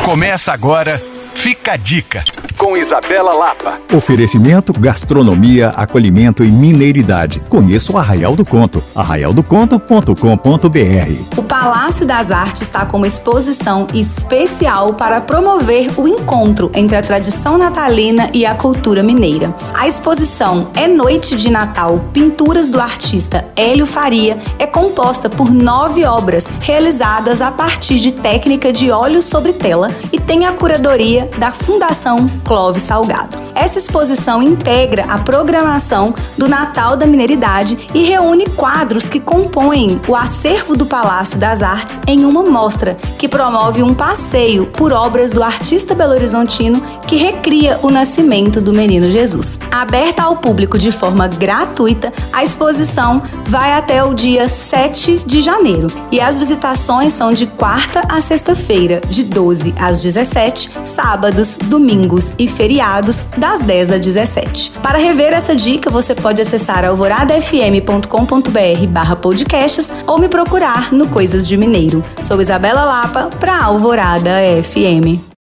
Começa agora, Fica a Dica, com Isabela Lapa. Oferecimento, gastronomia, acolhimento e mineiridade. Conheça o Arraial do Conto, arraialdoconto.com.br. O Palácio das Artes está com uma exposição especial para promover o encontro entre a tradição natalina e a cultura mineira. A exposição É Noite de Natal, Pinturas do artista Hélio Faria, é composta por 9 obras realizadas a partir de técnica de óleo sobre tela e tem a curadoria da Fundação Clóvis Salgado. Essa exposição integra a programação do Natal da Mineiridade e reúne quadros que compõem o acervo do Palácio das Artes em uma mostra que promove um passeio por obras do artista belo-horizontino que recria o nascimento do Menino Jesus. Aberta ao público de forma gratuita, a exposição vai até o dia 7 de janeiro e as visitações são de quarta a sexta-feira, de 12 às 17, sábados, domingos e feriados, das 10 às 17. Para rever essa dica, você pode acessar alvoradafm.com.br/podcasts ou me procurar no Coisas de Mineiro. Sou Isabela Lapa para Alvorada FM.